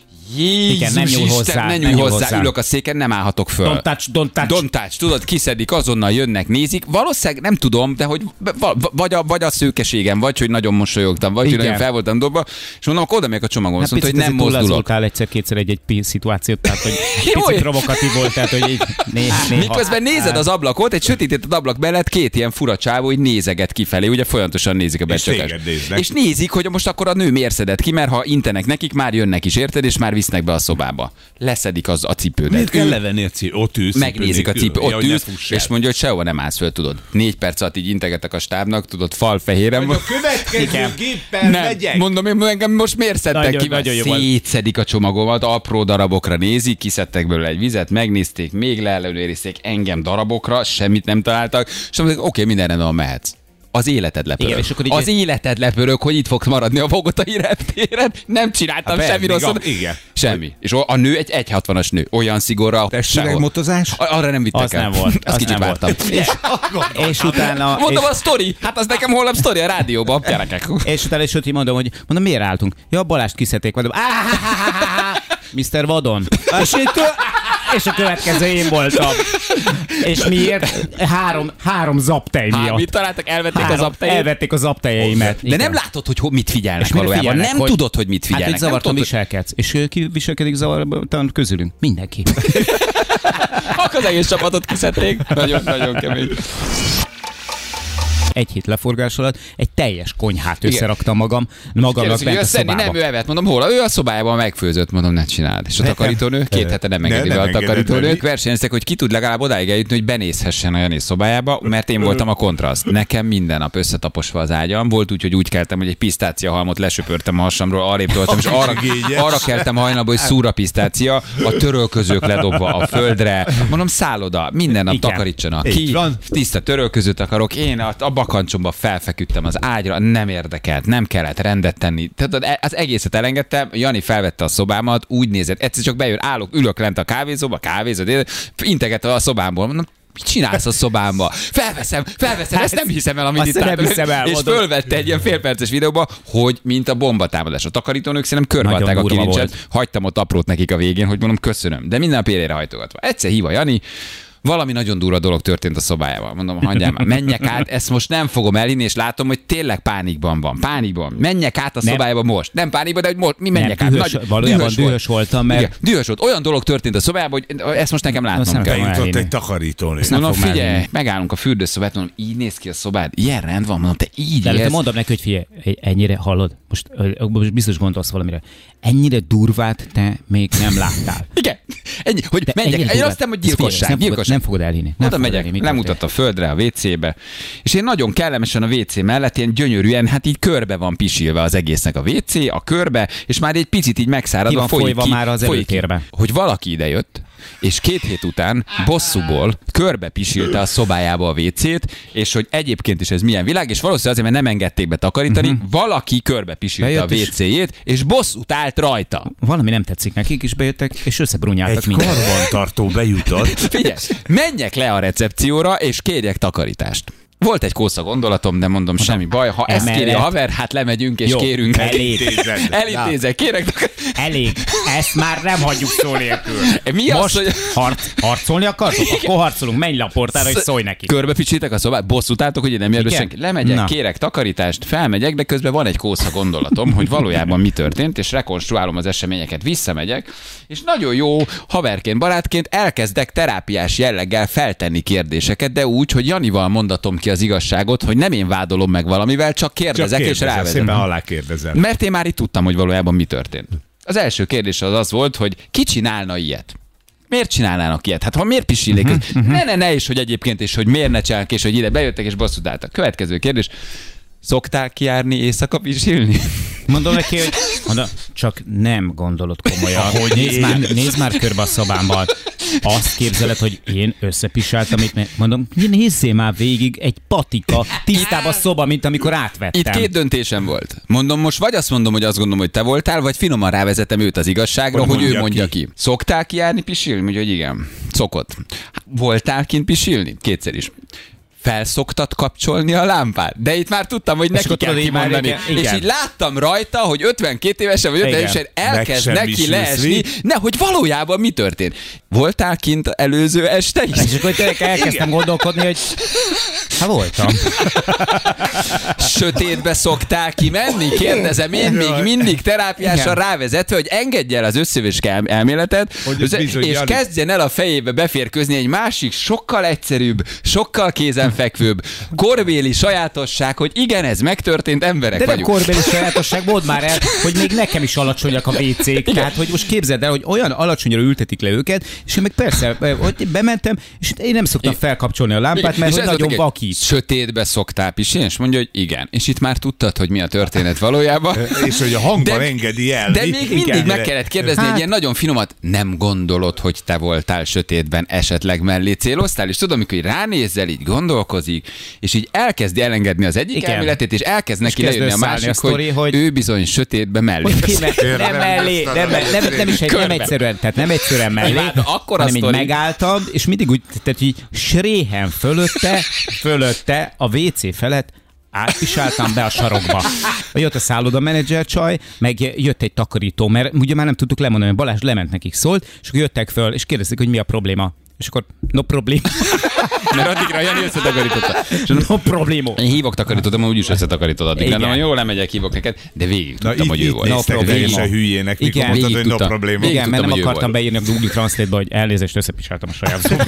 Jézus Igen, nem nyúl Isten, hozzá, ne ne nyúlj nyúl hozzá, hozzá. ülök a széken, nem állhatok föl. Don't touch, don't touch. Don't touch, tudod, kiszedik, azonnal jönnek, nézik. Valószínűleg nem tudom, de hogy va- vagy a, vagy a szőkeségem, vagy hogy nagyon mosolyogtam, vagy hogy Igen. nagyon fel voltam dobva, és mondom, akkor oda megyek a csomagom, azt Hát mondta, hogy nem mozdulok. mozdulok. Egyszer-kétszer egy-egy pi- szituációt, tehát hogy Jó, picit jó. provokatív volt, tehát hogy így né, néha. Miközben nézed az ablakot, egy sötétített ablak mellett két ilyen fura csávó, hogy nézeget kifelé, ugye folyamatosan nézik a És becsökést. téged néznek. És nézik, hogy most akkor a nő miért szedett ki, mert ha intenek nekik, már jönnek is, érted, és már visznek be a szobába. Leszedik az a cipődet. Miért kell Ő- levenni a cipőt? Ott ülsz. Megnézik a nélkül? cipő, Ja, ott hogy ne ülsz, fussál. és mondja, hogy sehova nem állsz föl, tudod. Négy perc alatt így integetek a stábnak, tudod, fal fehéren. A következő géppel Nem, megyek. mondom, én engem most miért szedtek Nagyon- ki? nagyon jó volt. Szétszedik a csomagomat, apró darabokra nézik, kiszedtek belőle egy vizet, megnézték, még leellenőrizték engem darabokra, semmit nem találtak, és mondták, oké, minden rendben van, mehetsz. az életed lepörög. Igen, és akkor így az életed lepörög, hogy itt fogsz maradni a bogotai reptéren. Nem csináltam A semmi Berni, rosszat. igen. Semmi. És a nő egy egy hatvanas nő. Olyan szigorral. Testüregmotozás? Arra nem vittek Az el. nem volt. Azt Az kicsit nem volt. vártam. És, és utána... Mondom, és, a sztori. Hát az nekem holnap sztori a rádióban, gyerekek. és utána is ott így mondom, hogy mondom, miért álltunk? Ja, Balást kiszedték. Mondom, miszter Vadon. És, itt, és a következő én voltam. És miért? Három, három zaptej Hát, miatt. mit találtak? Elvették Három, az aptejét? Elvették az aptejeimet. De nem látod, hogy ho- mit figyelnek És mire valójában. figyelnek, Nem hogy- tudod, hogy mit figyelnek. Hát, hogy zavartan Nem tudod, viselkedsz. És ő ki viselkedik zavartan közülünk? Mindenki. Akkor az egész csapatot kiszedték. Nagyon, nagyon kemény. Egy hét leforgás alatt egy teljes konyhát összeraktam magam, magamnak bent a szedni, szobába. nem ő evett, mondom, hol? Ő a szobájában megfőzött, mondom, ne csináld. És a takarítónő két hete nem engedi Ne, be nem a engeded takarítónők. be. Versenyeztek, hogy ki tud legalább odáig eljutni, hogy benézhessen a Jani szobájába, mert én voltam a kontraszt. Nekem minden nap összetaposva az ágyam. Volt úgy, hogy úgy keltem, hogy egy pisztáciahalmot lesöpörtem a hasamról, arrébb toltam, és arra, arra keltem hajnalba, hogy szúr a pisztácia, a törölközők ledobva a földre. Mondom, szálloda, minden nap Igen. takarítsanak Így ki. van. Tiszta törölközőt akarok. Én a, a bakancsomba felfeküdtem az ágyra, nem érdekelt, nem kellett rendet tenni. Tehát az egészet elengedtem, Jani felvette a szobámat, úgy nézett, egyszer csak bejön, állok, ülök lent a kávézóba, kávézó, integet a szobámból, mondom, mit csinálsz a szobámba? Felveszem, felveszem, ezt nem hiszem el, amit Azt itt nem látom. hiszem el, És mondom. fölvette egy ilyen félperces videóba, hogy mint a bombatámadás. A takarítónők szerintem körbeadták Nagyon a durva kilincset, volt. hagytam ott aprót nekik a végén, hogy mondom, köszönöm. De minden nap élére hajtogatva. Egyszer hív a Jani, valami nagyon durva dolog történt a szobájában. Mondom, hagyjál már, menjek át, ezt most nem fogom elinni, és látom, hogy tényleg pánikban van. Pánikban. Menjek át a Nem. szobájába most. Nem pánikban, de hogy most, mi menjek Nem, át. dühös- Nagy- valójában dühös volt. voltam, mert- Igen, dühös volt. Olyan dolog történt a szobájában, hogy ezt most nekem látnom Azt nem kell. tudom Bejutott elhinni. egy takarítónő. nem Mondom, fogom figyelj, elhinni. megállunk a fürdőszobát, mondom, így néz ki a szobád, ilyen rend van, mondom, te így De előtte élsz. mondom neki, hogy figyelj, ennyire hallod, most, ö, most biztos gondolsz valamire, ennyire durvát te még nem láttál. Igen, ennyi, hogy De menjek. ennyire Én durvát- azt hiszem, hogy ezt figyelj, gyilkosság, nem fogod- gyilkosság. Nem fogod elhinni. Nem Oda fogod megyek, elhinni, mikor lemutat a földre, a vécébe, és én nagyon kellemesen a vécé mellett ilyen gyönyörűen, hát így körbe van pisilve az egésznek a vécé, a körbe, és már egy picit így megszáradva Ki van folyik folyva ki, már az folyik ki. előtérbe. Hogy valaki idejött, és két hét után bosszúból körbe pisilte a szobájába a vécét, és hogy egyébként is ez milyen világ, és valószínűleg azért, mert nem engedték be takarítani, uh-huh. valaki körbe pisilte Bejött a és- vécéjét, és bosszút állt rajta. Valami nem tetszik nekik, és bejöttek, és összebrunyáltak Egy mindent. karbantartó bejutott. Figyelj, menjek le a recepcióra, és kérjek takarítást. Volt egy kósza gondolatom, de mondom, semmi baj. Ha ezt kéri a haver, hát lemegyünk és Jó, kérünk. elég. Elintézek, kérek takarítást. Elég. Ezt már nem hagyjuk szó nélkül. Mi az, Most hogy- harc, harcolni akartok? Akkor harcolunk. Menj le a portára, és szólj neki. Körbepicsitek a szobát, bosszút álltok, hogy ide nem jön be Igen? senki. Lemegyek, Na. kérek takarítást, felmegyek, de közben van egy kósza gondolatom, hogy valójában mi történt, és rekonstruálom az eseményeket, visszamegyek, és nagyon jó haverként, barátként elkezdek terápiás jelleggel feltenni kérdéseket, de úgy, hogy Janival mondatom ki az igazságot, hogy nem én vádolom meg valamivel, csak Csak kérdezek és kérdezel, rávezem. szépen alá kérdezem. Mert én már itt tudtam, hogy valójában mi történt. Az első kérdés az az volt, hogy ki csinálna ilyet? Miért csinálnának ilyet? Hát ha miért pisilnék? Uh-huh, uh-huh. Ne, ne, ne, és hogy egyébként, és hogy miért ne csinálnak, és hogy ide bejöttek, és bosszút álltak. Következő kérdés. Szoktál kijárni éjszaka pisilni? Mondom neki, hogy mondom, csak nem gondolod komolyan. Ahogy nézd, én. már, nézd már körbe a szobámban. Azt képzeled, hogy én összepisáltam itt, mert mondom, nézzél már végig egy patika tisztába szoba, mint amikor átvettem. Itt két döntésem volt. Mondom, most vagy azt mondom, hogy azt gondolom, hogy te voltál, vagy finoman rávezetem őt az igazságra, Hogy hogy, mondja ő mondja ki. ki. Szoktál kijárni pisilni? Mondja, hogy igen. Szokott. Voltál kint pisilni? Kétszer is. Felszoktad kapcsolni a lámpát? De itt már tudtam, hogy neki akkor kell tudod, így már kimondani. igen, És igen. így láttam rajta, hogy ötvenkét évesen vagy ötven Igen. évesen elkezd Meg sem neki is leesni, üzli. ne, hogy valójában mi történt. Voltál kint előző este is? És akkor tényleg elkezdtem gondolkodni, hogy hát voltam. Sötétbe szoktál kimenni? Kérdezem én még mindig terápiásan Igen. rávezetve, hogy engedje el az összövés elméletet, Hogy ez bizony, és Jani. kezdjen el a fejébe beférkőzni egy másik, sokkal egyszerűbb, sokkal kézenfekvőbb, korbéli sajátosság, hogy igen, ez megtörtént, emberek De nem vagyunk. korbéli sajátosság, mondd már el, hogy még nekem is alacsonyak a vécék. Tehát, hogy most képzeld el, hogy olyan alacsonyra ültetik le őket, és én meg persze, hogy bementem, és én nem szoktam felkapcsolni a lámpát, mert És hogy ez nagyon volt, hogy vakít. Sötétbe szoktál pisilni, és mondja, hogy igen. És itt már tudtad, hogy mi a történet valójában. És hogy a hangban De- engedi el. De még mindig Igen. meg kellett kérdezni Hát- egy ilyen nagyon finomat, nem gondolod, hogy te voltál sötétben, esetleg mellé céloztál? És tudom, amikor így ránézzel, így gondolkodsz, gondolkozik, és így elkezdi elengedni az egyik Igen. elméletét, és elkezd neki kezd lejönni a összeállni másik, a sztori, hogy, hogy- ő bizony sötétbe mellé. Hogy ki me- nem mellé, nem, nem, nem, nem is egy, nem Körbe. egyszerűen, tehát nem egyszerűen mellé, Imádom, akkora hanem így sztori. megálltam, és mindig úgy, tehát így sréhen fölötte, fölötte a vé cé felett átpisáltam be a sarokba. Jött a szálloda menedzser csaj, meg jött egy takarító, mert ugye már nem tudtuk lemondani, mert Balázs lement, nekik szólt, és akkor jöttek föl, és kérdezték, hogy mi a probléma. És akkor no problém. Mert addigra Jani összetakarította. No problémo. Én hívok takarítót, de úgyis összetakarítod addig. Igen. Mondom, jó, lemegyek, hívok neked, de végig Na, tudtam, itt, hogy ő itt volt. néztek No teljesen probléma. hülyének, mikor Igen. mondtad, Végig hogy no tudtam. probléma. Végig Igen, mert nem tudtam, hogy ő akartam volt. beírni a Google Translate-ba, hogy elnézést, összepisáltam a saját szót.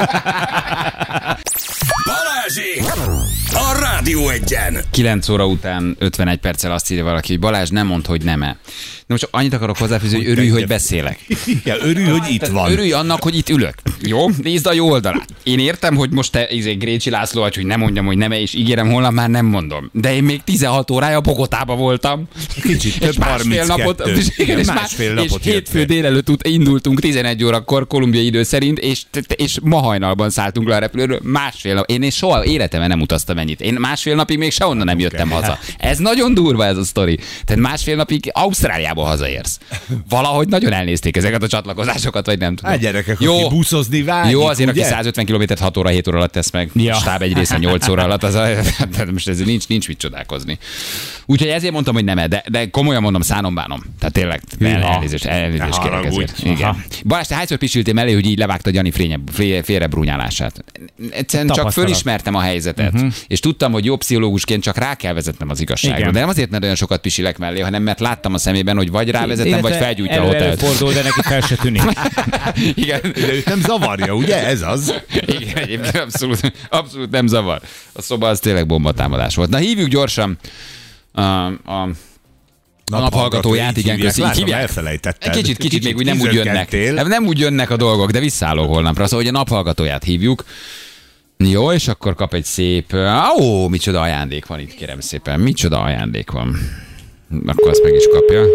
Balázsék! A Rádió Egyen! kilenc óra után ötvenegy perccel azt írja valaki, hogy Balázs, nem mondd, hogy nem-e. De most csak annyit akarok hozzáfűzni, hogy örülj, hogy beszélek. Igen, örülj, hogy itt van. Örülj annak, hogy itt ülök. Jó? Nézd a jó oldalát. Én értem, hogy most te izé, Grécsi László vagy, hogy nem mondjam, hogy nem-e, és ígérem, holnap már nem mondom. De én még tizenhat órája Bogotába voltam. Kicsit több, És másfél napot, harminckettő. és, igen, és, Másfél más, és napot hétfő jöttél. délelőtt ut- indultunk tizenegy órakor kolumbiai idő szerint, és, és ma hajnalban szálltunk le a repülőről. Másfél nap. Én, én soha életemben nem utaztam ennyit. Én másfél napig még sehonnan nem jöttem haza. Ez nagyon durva ez a sztori. Tehát másfél napig Ausztráliából hazaérsz. Valahogy nagyon elnézték ezeket a csatlakozásokat, vagy nem tudom. Hát gyerekek, aki buszozni vágyik, Jó, azért ugye? aki százötven kilométert hat óra, hét óra alatt tesz meg, Ja. ja. Stáb egy része nyolc óra alatt, az a, tehát most ez nincs, nincs mit csodálkozni. Úgyhogy ezért mondtam, hogy nem, de, de komolyan mondom, szánom bánom. Tehát tényleg, el, elnézést, elnézést Ne kérek haragudj. ezért. Igen. Balázs, te hányszor pisiltél mellé, hogy így levágtad Jani félrebrúnyálását? Egyszerűen csak Tapasztalat. fölismertem a helyzetet, uh-huh. és tudtam, hogy jó pszichológusként csak rá kell vezetnem az igazságra. Igen. De nem azért, mert olyan sokat pisilek mellé, hanem mert láttam a szemében, hogy vagy rávezetem, vagy Illetve felgyújtja a elő- hotelt. Előfordul, de neki fel se tűnik. Igen. De őt nem zavarja, ugye? Ez az. Igen, egyébként abszolút, abszolút nem zavar. A szoba az tényleg bombatámadás volt. Na hívjuk gyorsan a, a, a naphallgatóját, igen, köszi. Így Látom, hívják. elfelejtetted. Kicsit, kicsit még úgy nem úgy jönnek. izötkentél. Nem úgy jönnek a dolgok, de visszaállok holnapra. Szóval, hogy a naphallgatóját hívjuk. Jó, és akkor kap egy szép... Ó, micsoda ajándék van itt, kérem szépen. Micsoda ajándék van. Akkor azt meg is kapja.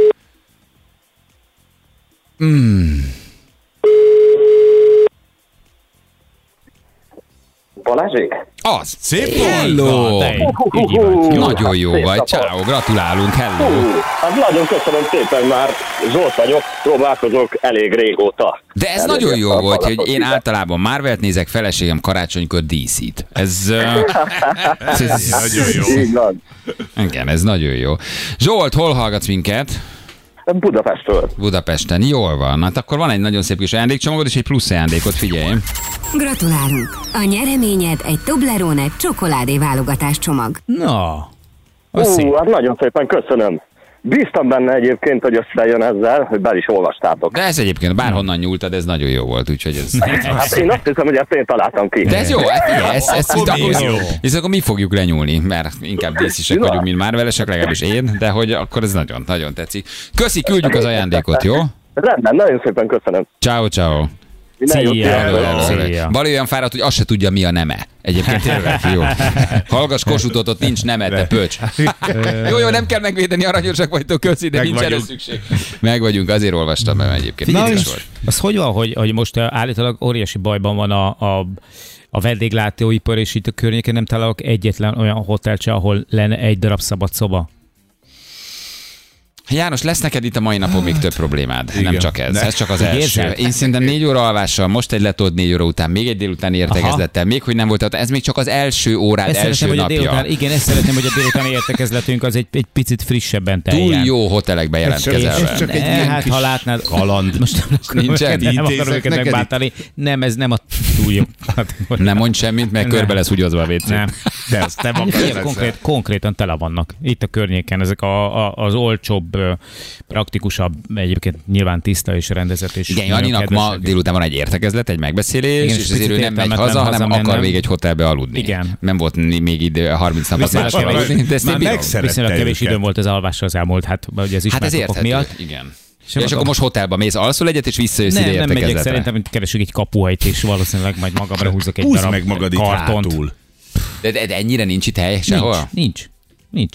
Hmm. Balázsék? Az. Szép Hello. volt. De így vagy. Jó. Nagyon jó Szép vagy. napot. Ciao, gratulálunk, Hú, hello. hát nagyon köszönöm szépen, már Zsolt vagyok, próbálkozok elég régóta. De ez Elég nagyon jó a volt, hogy hallgatók én ide. általában Marvelt nézek, feleségem karácsonykor dé cét. Ez, uh, ez, Nagyon jó. Így van. igen, ez nagyon jó. Zsolt, hol hallgatsz minket? Budapestről. Budapesten. Jól van. Hát akkor van egy nagyon szép kis ajándékcsomagod, és egy plusz ajándékot, figyelj. Gratulálunk! A nyereményed egy Toblerone csokoládé válogatás csomag. Na, az Hú, szép. hát nagyon szépen köszönöm. Bíztam benne egyébként, hogy összejön ezzel, hogy bel is olvastátok. De ez egyébként bárhonnan nyúltad, ez nagyon jó volt, úgyhogy ez... Hát én azt hiszem, hogy ezt én találtam ki. De ez jó, hát figyelj, ezt, ezt, Akkor ezt, még akkor, jó. és akkor mi fogjuk lenyúlni, mert inkább díszisek vagyunk, mint Marvelesek, legalábbis én, de hogy akkor ez nagyon, nagyon tetszik. Köszi, küldjük az ajándékot, jó? Rendben, nagyon szépen köszönöm. Ciao, ciao. Minden jót, Szia. sziasztok. Hello, hello, Szia. hello. Bali olyan fáradt, hogy azt se tudja, mi a neme. Egyébként tényleg jó. Hallgass Kossuthot, ott nincs neme, te pöcs. Jó, jó, nem kell megvédeni, aranyosak vagytok, köszi, de Meg nincs erre vagyunk. szükség. Meg vagyunk, azért olvastam be egyébként. Na Vicces és volt. az hogy van, hogy, hogy most uh, állítólag óriási bajban van a, a, a vendéglátóipar, és itt a környéken nem találok egyetlen olyan hotelt se, ahol lenne egy darab szabad szoba. János, lesz neked itt a mai napon még több problémád. Igen. Nem csak ez. Ne. Ez csak az Úgy első. érzed? Én szerintem négy óra alvással, most egy letold négy óra után, még egy délutáni értekezlettel, még hogy nem volt ott. Ez még csak az első órád, Ezt első szeretném, hogy a napja. délután, igen, ezt szeretném, hogy a délutáni értekezletünk az egy, egy picit frissebben teljen. Túl jó hotelekbe jelentkezel. Ez csak egy Ne, ilyen hát kis ha látnád, kaland. most nem akarom Nincsen? őket, nem Intézek akarom őket neked megbántani. Nem, ez nem a túl jó. Hát, Nem mondj semmit, mert Nem. körbe lesz húgyozva a vé cé. Nem. De azt nem akarod Figyelj, ezzel. konkrét, konkrétan tele vannak. Itt a környéken ezek a, a, az olcsóbb, ö, praktikusabb, egyébként nyilván tiszta és rendezett. És Igen, nagyon Janinak ma kedvesek. délután van egy értekezlet, egy megbeszélés, Igen, és és ezért ő picit nem megy értelmetlen haza, hanem hazamennem. akar még egy hotelbe aludni. Igen. Nem volt még ide harminc napot Viszont máshol kevés- aludni, de ezt én Már bírom. megszerette Viszonylag kevés őket. időm volt az alvásra az elmúlt, hát ugye az Hát ez ismert okok érthető. miatt. Igen. És, És és akkor most hotelba mész, alszol egyet, és visszajössz ide Nem, nem megyek, értekezletre. szerintem hogy keresünk egy kapuhelyt, és valószínűleg majd magamra húzok egy Húzd darab meg magad itt kartont. hátul. De, de, de ennyire nincs itt hely sehol? Nincs, nincs, nincs.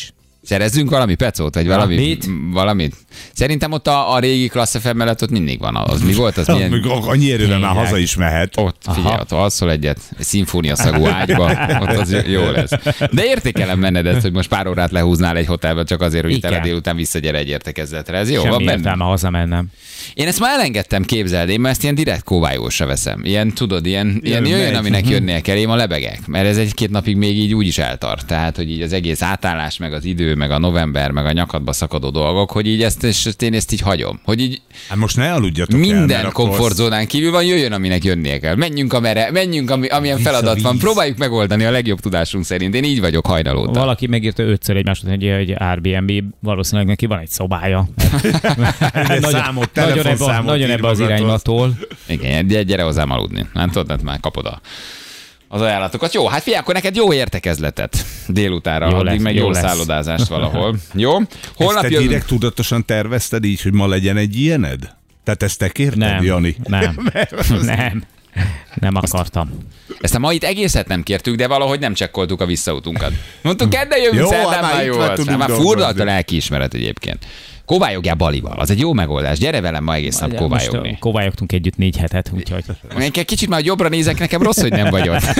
Szerezzünk valami pecót, vagy valami, valamit? Szerintem ott a, a régi Klassz ef em mellett ott mindig van. Az mi volt? Az milyen... Annyi erőben már haza is mehet. Ott, figyelj, ott alszol egyet, egy szimfónia szagú ágyba, ott az jó lesz. De értékelem bennedet, hogy most pár órát lehúznál egy hotelbe csak azért, hogy te délután visszagyere egy értekezletre. Ez jó, semmi van benne? értelme hazamennem. Én ezt már elengedtem, képzeld, én ezt ilyen direkt kóvályósra veszem. Ilyen, tudod, ilyen, ilyen jöjjön, aminek jönnie kell, én a lebegek. Mert ez egy-két napig még így úgy is eltart. Tehát, hogy így az egész átállás, meg az idő, meg a november, meg a nyakadba szakadó dolgok, hogy így ezt, és én ezt így hagyom. Hogy így hát most ne aludjatok minden el, komfortzónán kívül van, jöjjön, aminek jönnie kell. Menjünk, amire, menjünk, ami, amilyen Vissza feladat víz. van. Próbáljuk megoldani a legjobb tudásunk szerint. Én így vagyok hajnalóta. Valaki megírta ötször egymáshoz, hogy egy Airbnb, valószínűleg neki van egy szobája. Számot, nagyon ebbe, nagyon ebbe az irányba tol. Igen, gyere hozzám aludni. Nem tudod, hát már kapod a az ajánlatokat. Jó, hát figyelj, akkor neked jó értekezletet délutánra, jó addig lesz, meg jó jó lesz. szállodázást valahol. Jó? Holnap ezt te jövünk. direkt tudatosan tervezted így, hogy ma legyen egy ilyened? Tehát ezt te kérted, Nem, Jani? nem, nem. Nem akartam. Ezt a ma itt egészet nem kértük, de valahogy nem csekkoltuk a visszautunkat. Mondtuk, kedden jövünk, Jó, szerdán hát már már itt jó már lesz. tudunk Már dolgozni. furdalt a lelkiismeret egyébként. Kovályogja Balival, az egy jó megoldás. Gyere velem ma egész nap kovályogni. Most kovályogtunk együtt négy hetet, úgyhogy... Egy kicsit már jobbra nézek, nekem rossz, hogy nem vagy ott.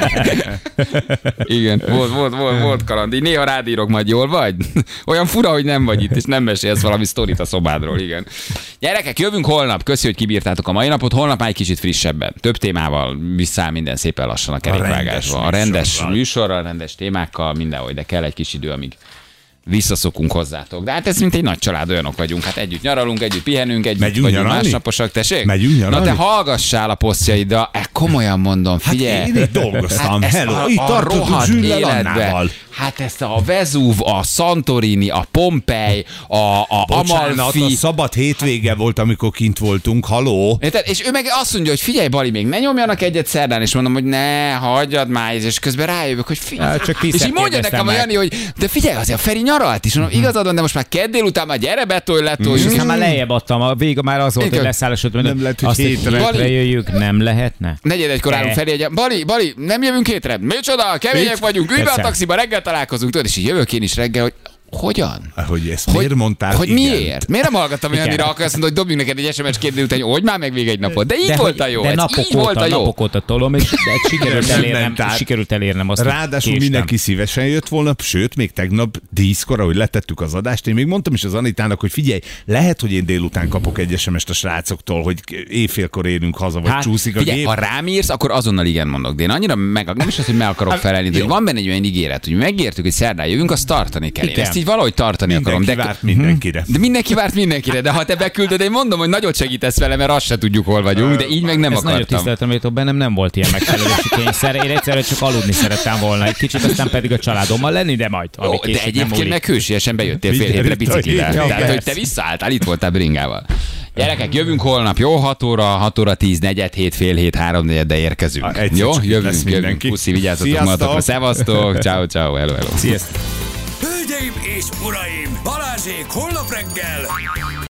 Igen, volt, volt, volt, volt kaland. Így néha rád írok, majd jól vagy? Olyan fura, hogy nem vagy itt, és nem mesélsz valami sztorit a szobádról, igen. Gyerekek, jövünk holnap. Köszi, hogy kibírtátok a mai napot. Holnap már egy kicsit frissebben. Több témával visszáll minden szépen lassan a kerékvágásba. A rendes műsorral, a rendes témákkal, mindenhogy, de kell egy kis idő, amíg visszaszokunk hozzátok. De hát ez mint egy nagy család, olyanok vagyunk. Hát együtt nyaralunk, együtt pihenünk, együtt Megyünk vagyunk nyaralni? másnaposak, tessék? Megyünk nyaralni? Na te hallgassál a posztjaiddal, e, komolyan mondom, figyelj. Hát én itt dolgoztam, ezt hello, a, itt a tartottuk rohadt Zsüllel életbe. Annával. Hát ezt a Vezúv, a Santorini, a Pompei, a, a Bocsánat, Amalfi. a szabad hétvége volt, amikor kint voltunk, haló. Érted? És ő meg azt mondja, hogy figyelj, Bali, még ne nyomjanak egyet szerdán, és mondom, hogy ne, hagyjad már, és közben rájövök, hogy figyelj. Ja, csak és tízszer így mondja kérdeztem nekem a meg. Jani, hogy de figyelj, azért a Feri nyaralt is. Mondom, igazad van, de most már kedd délután már gyere betolj, letolj. És és aztán már lejjebb adtam, a vége már az volt, Igen. hogy leszállásod, hogy Nem lehet, hogy azt, hogy hétre. hétre Bali. jöjjük, nem lehetne? Negyed egykor állunk Feri, egy, Bali, Bali, nem jövünk hétre. Micsoda, kemények Mit? vagyunk, ülj be a Persze. taxiba, reggel találkozunk. Tudod, és így jövök én is reggel, hogy hogyan? Hogy ezt Hogy, miért mondtál? hogy Igen. miért? Miért nem hallgattam olyan, amire akkor azt mondod, hogy dobjunk neked egy es em es két délután, hogy oldj már meg még egy napot. De így De, volt hogy- a jó. de ez napok így volt óta, a jó. napok óta tolom, és de sikerült Nem elérnem, ment át. sikerült elérnem azt, hogy Ráadásul késtem. mindenki szívesen jött volna, sőt, még tegnap díszkor, ahogy letettük az adást, én még mondtam is az Anitának, hogy figyelj, lehet, hogy én délután kapok egy es em est a srácoktól, hogy éjfélkor érünk haza, vagy Hát, csúszik a figyelj, gép. ha rám írsz, akkor azonnal igen mondok. De én annyira meg, nem is az, hogy meg akarok felelni, de hogy van benne egy olyan ígéret, hogy megértük, hogy szerdán jövünk, azt tartani kell. Én Igen. ezt így valahogy tartani akarom. Mindenki De, várt mindenkire. de mindenki várt mindenkire, de ha te beküldöd, én mondom, hogy nagyot segítesz vele, mert azt se tudjuk, hol vagyunk, de így meg nem Ez nagyon akartam. tiszteletem, hogy bennem nem volt ilyen megfelelési kényszer. Én egyszerűen csak aludni szerettem volna egy kicsit, aztán pedig a családommal lenni, de majd. Jó, ami de később nem egyébként múlik. meg hősiesen bejöttél fél Figyelj, hétre Rita, biciklivel. igen, Tehát, hogy te persze. visszaálltál, itt voltál bringával. Gyerekek, jövünk holnap, jó? hat óra, hat óra tíz, negyed hét, fél hét, három negyed, de érkezünk. Ah, egyszer Jó? csak itt Jövünk, lesz jövünk. mindenki. Puszi, vigyázzatok Sziasztok. magatokra. Szevasztok, ciao, ciao, hello, hello. Sziasztok. Hölgyeim és uraim, Balázsék holnap reggel